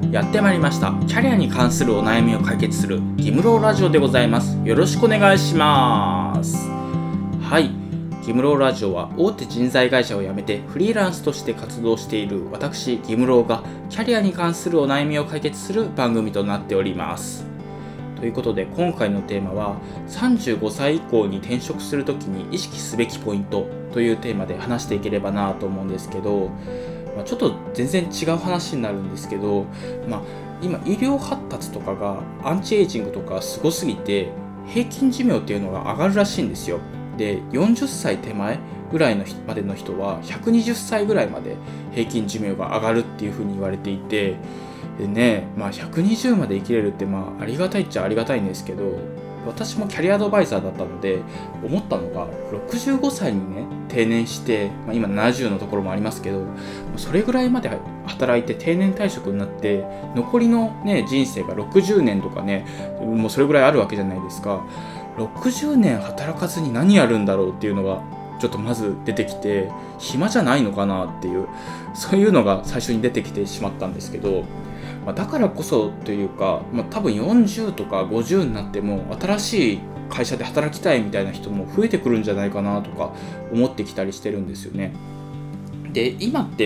やってまいりました。キャリアに関するお悩みを解決するギムローラジオでございます。よろしくお願いします。はい、ギムローラジオは大手人材会社を辞めてフリーランスとして活動している私ギムローがキャリアに関するお悩みを解決する番組となっております。ということで今回のテーマは35歳以降に転職するときに意識すべきポイントというテーマで話していければなと思うんですけど、ちょっと全然違う話になるんですけど、今医療発達とかがアンチエイジングとかすごすぎて平均寿命っていうのが上がるらしいんですよ。で40歳手前ぐらいのまでの人は120歳ぐらいまで平均寿命が上がるっていうふうに言われていて、でね、120まで生きれるってありがたいっちゃありがたいんですけど、私もキャリアアドバイザーだったので思ったのが65歳にね定年して、今70のところもありますけど、それぐらいまで働いて定年退職になって残りのね人生が60年とかね、もうそれぐらいあるわけじゃないですか。60年働かずに何やるんだろうっていうのがちょっとまず出てきて、暇じゃないのかなっていう、そういうのが最初に出てきてしまったんですけど、だからこそというか、多分40とか50になっても新しい会社で働きたいみたいな人も増えてくるんじゃないかなとか思ってきたりしてるんですよね。で今って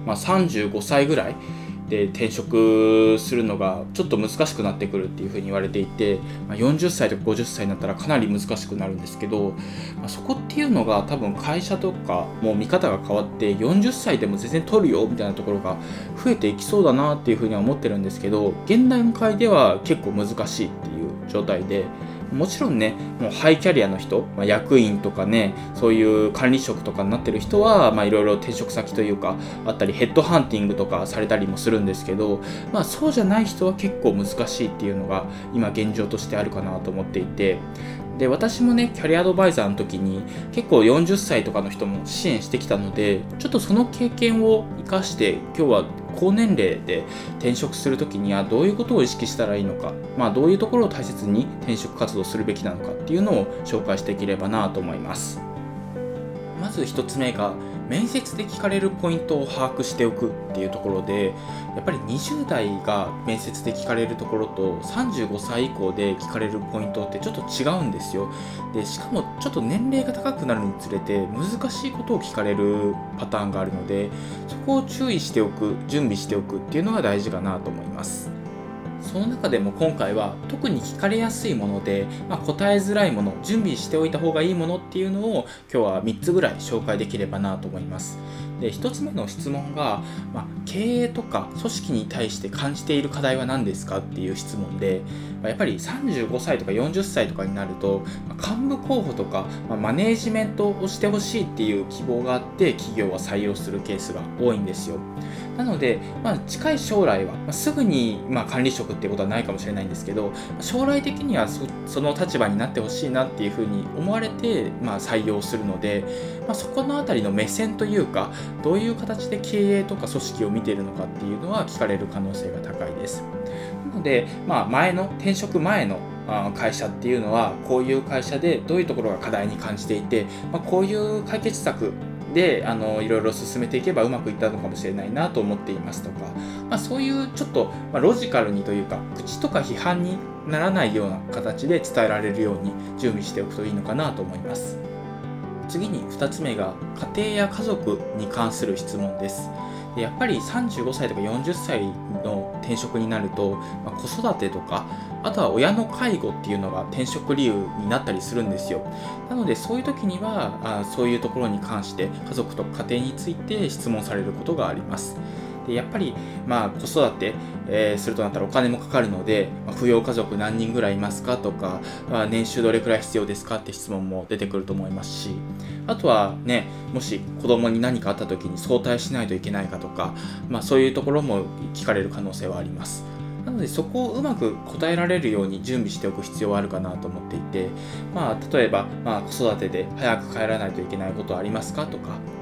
、35歳ぐらいで転職するのがちょっと難しくなってくるっていうふうに言われていて、40歳とか50歳になったらかなり難しくなるんですけど、そこっていうのが多分会社とかもう見方が変わって40歳でも全然取るよみたいなところが増えていきそうだなっていうふうには思ってるんですけど、現段階では結構難しいっていう状態で、もちろんねもうハイキャリアの人、役員とかねそういう管理職とかになってる人はいろいろ転職先というかあったりヘッドハンティングとかされたりもするんですけど、そうじゃない人は結構難しいっていうのが今現状としてあるかなと思っていて、で私もねキャリアアドバイザーの時に結構40歳とかの人も支援してきたので、ちょっとその経験を生かして今日は高年齢で転職する時にはどういうことを意識したらいいのか、どういうところを大切に転職活動するべきなのかっていうのを紹介していければなと思います。まず1つ目が面接で聞かれるポイントを把握しておくっていうところで、やっぱり20代が面接で聞かれるところと35歳以降で聞かれるポイントってちょっと違うんですよ。でしかもちょっと年齢が高くなるにつれて難しいことを聞かれるパターンがあるので、そこを注意しておく、準備しておくっていうのが大事かなと思います。その中でも今回は特に聞かれやすいもので、答えづらいもの、準備しておいた方がいいものっていうのを今日は3つぐらい紹介できればなと思います。で1つ目の質問が、経営とか組織に対して感じている課題は何ですかっていう質問で、やっぱり35歳とか40歳とかになると幹部候補とか、マネージメントをしてほしいっていう希望があって企業は採用するケースが多いんですよ。なので、近い将来は、すぐに、管理職っていうことはないかもしれないんですけど、将来的にはその立場になってほしいなっていうふうに思われて、採用するので、そこのあたりの目線というか、どういう形で経営とか組織を見ているのかっていうのは聞かれる可能性が高いです。なので、転職前の会社っていうのはこういう会社でどういうところが課題に感じていて、こういう解決策でいろいろ進めていけばうまくいったのかもしれないなと思っていますとか、そういうちょっと、ロジカルにというか口とか批判にならないような形で伝えられるように準備しておくといいのかなと思います。次に2つ目が家庭や家族に関する質問です。やっぱり35歳とか40歳の転職になると、子育てとかあとは親の介護っていうのが転職理由になったりするんですよ。なのでそういう時にはそういうところに関して家族とか家庭について質問されることがあります。でやっぱり子育て、するとなったらお金もかかるので、扶養家族何人ぐらいいますかとか、年収どれくらい必要ですかって質問も出てくると思いますし、あとはね、もし子供に何かあった時に早退しないといけないかとか、そういうところも聞かれる可能性はあります。なのでそこをうまく答えられるように準備しておく必要はあるかなと思っていて、例えば、子育てで早く帰らないといけないことはありますかとか、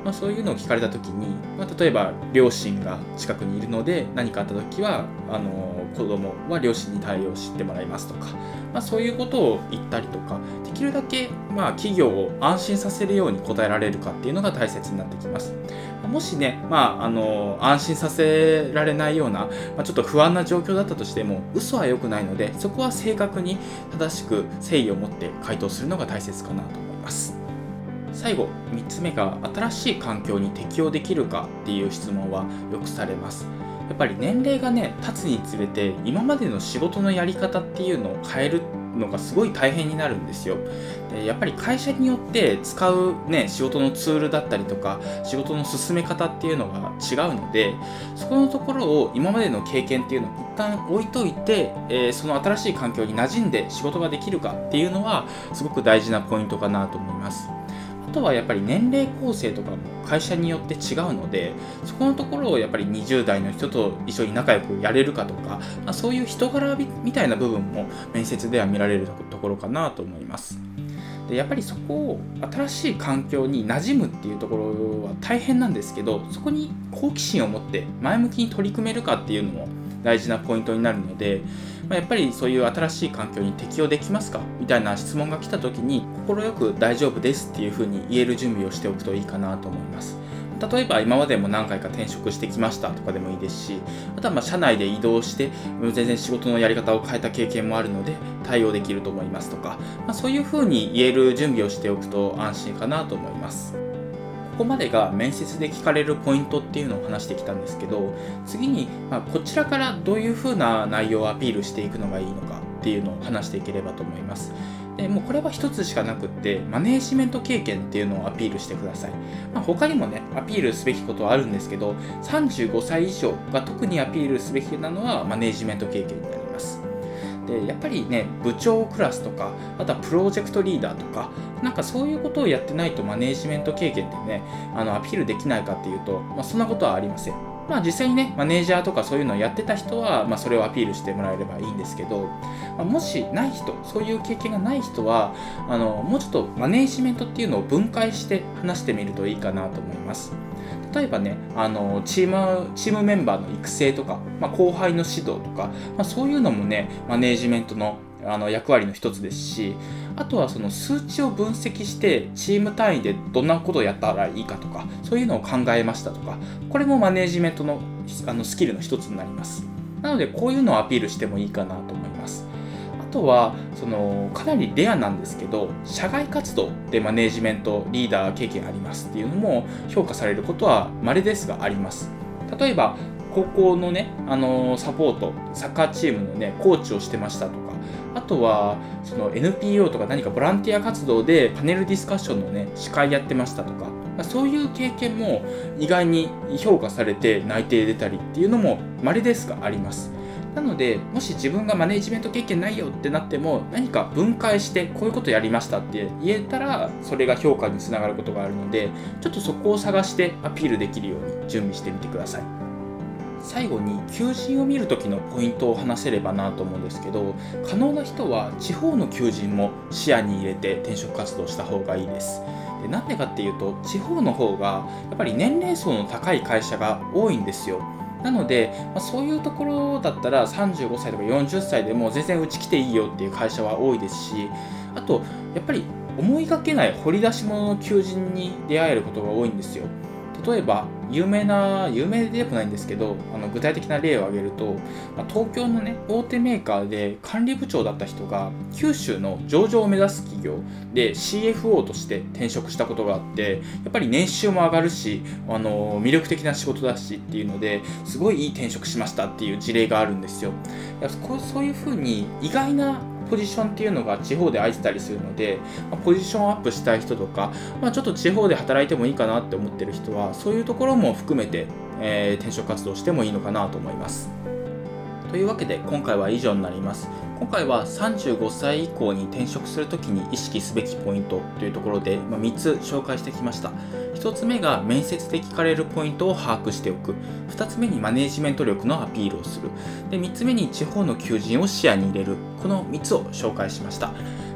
そういうのを聞かれた時に、例えば両親が近くにいるので何かあった時は子供は両親に対応してもらいますとか、そういうことを言ったりとか、できるだけ企業を安心させるように答えられるかっていうのが大切になってきます。もしね、安心させられないような、ちょっと不安な状況だったとしても、嘘は良くないので、そこは正確に正しく誠意を持って回答するのが大切かなと思います。最後、3つ目が新しい環境に適応できるかっていう質問はよくされます。やっぱり年齢がね、経つにつれて今までの仕事のやり方っていうのを変えるのがすごい大変になるんですよ。でやっぱり会社によって使うね、仕事のツールだったりとか仕事の進め方っていうのが違うので、そこのところを今までの経験っていうのを一旦置いといて、その新しい環境に馴染んで仕事ができるかっていうのはすごく大事なポイントかなと思います。あとはやっぱり年齢構成とかも会社によって違うので、そこのところをやっぱり20代の人と一緒に仲良くやれるかとか、そういう人柄みたいな部分も面接では見られるところかなと思います。でやっぱりそこを新しい環境に馴染むっていうところは大変なんですけど、そこに好奇心を持って前向きに取り組めるかっていうのも大事なポイントになるので、やっぱりそういう新しい環境に適応できますかみたいな質問が来た時に、快く大丈夫ですっていうふうに言える準備をしておくといいかなと思います。例えば今までも何回か転職してきましたとかでもいいですし、あとは社内で移動して全然仕事のやり方を変えた経験もあるので対応できると思いますとか、そういうふうに言える準備をしておくと安心かなと思います。ここまでが面接で聞かれるポイントっていうのを話してきたんですけど、次にこちらからどういうふうな内容をアピールしていくのがいいのかっていうのを話していければと思います。でもうこれは一つしかなくって、マネージメント経験っていうのをアピールしてください。他にもね、アピールすべきことはあるんですけど、35歳以上が特にアピールすべきなのはマネージメント経験になります。でやっぱりね、部長クラスとか、あとはプロジェクトリーダーとか、そういうことをやってないとマネージメント経験ってね、アピールできないかっていうと、そんなことはありません。実際にね、マネージャーとかそういうのをやってた人は、それをアピールしてもらえればいいんですけど、もしない人、そういう経験がない人は、もうちょっとマネージメントっていうのを分解して話してみるといいかなと思います。例えばね、チームメンバーの育成とか、後輩の指導とか、そういうのもね、マネージメントの役割の一つですし、あとはその数値を分析してチーム単位でどんなことをやったらいいかとか、そういうのを考えましたとか、これもマネージメントのスキルの一つになります。なのでこういうのをアピールしてもいいかなと思います。あとはかなりレアなんですけど、社外活動でマネージメントリーダー経験ありますっていうのも評価されることは稀ですがあります。例えば高校のね、サポートサッカーチームのねコーチをしてましたとか、あとはその NPO とか何かボランティア活動でパネルディスカッションのね司会やってましたとか、そういう経験も意外に評価されて内定出たりっていうのも稀ですがあります。なので、もし自分がマネージメント経験ないよってなっても、何か分解してこういうことやりましたって言えたら、それが評価につながることがあるので、ちょっとそこを探してアピールできるように準備してみてください。最後に求人を見るときのポイントを話せればなと思うんですけど、可能な人は地方の求人も視野に入れて転職活動した方がいいです。でなんでかっていうと、地方の方がやっぱり年齢層の高い会社が多いんですよ。なので、そういうところだったら35歳とか40歳でも全然うち来ていいよっていう会社は多いですし、あとやっぱり思いがけない掘り出し物の求人に出会えることが多いんですよ。例えば有名でもないんですけど、具体的な例を挙げると、東京のね大手メーカーで管理部長だった人が九州の上場を目指す企業で CFO として転職したことがあって、やっぱり年収も上がるし、魅力的な仕事だしっていうのですごいいい転職しましたっていう事例があるんですよ。そういうふうに意外なポジションっていうのが地方で空いてたりするので、ポジションアップしたい人とか、ちょっと地方で働いてもいいかなって思ってる人は、そういうところも含めて、転職活動してもいいのかなと思います。というわけで今回は以上になります。今回は35歳以降に転職するときに意識すべきポイントというところで3つ紹介してきました。1つ目が面接で聞かれるポイントを把握しておく。2つ目にマネージメント力のアピールをする。で3つ目に地方の求人を視野に入れる。この3つを紹介しました。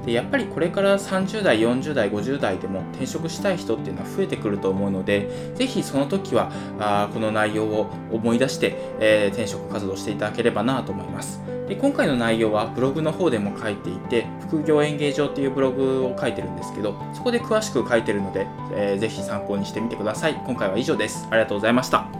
でやっぱりこれから30代、40代、50代でも転職したい人っていうのは増えてくると思うので、ぜひその時はこの内容を思い出して、転職活動していただければなと思います。で今回の内容はブログの方でも書いていて、副業演芸場っていうブログを書いてるんですけど、そこで詳しく書いてるので、ぜひ参考にしてみてください。今回は以上です。ありがとうございました。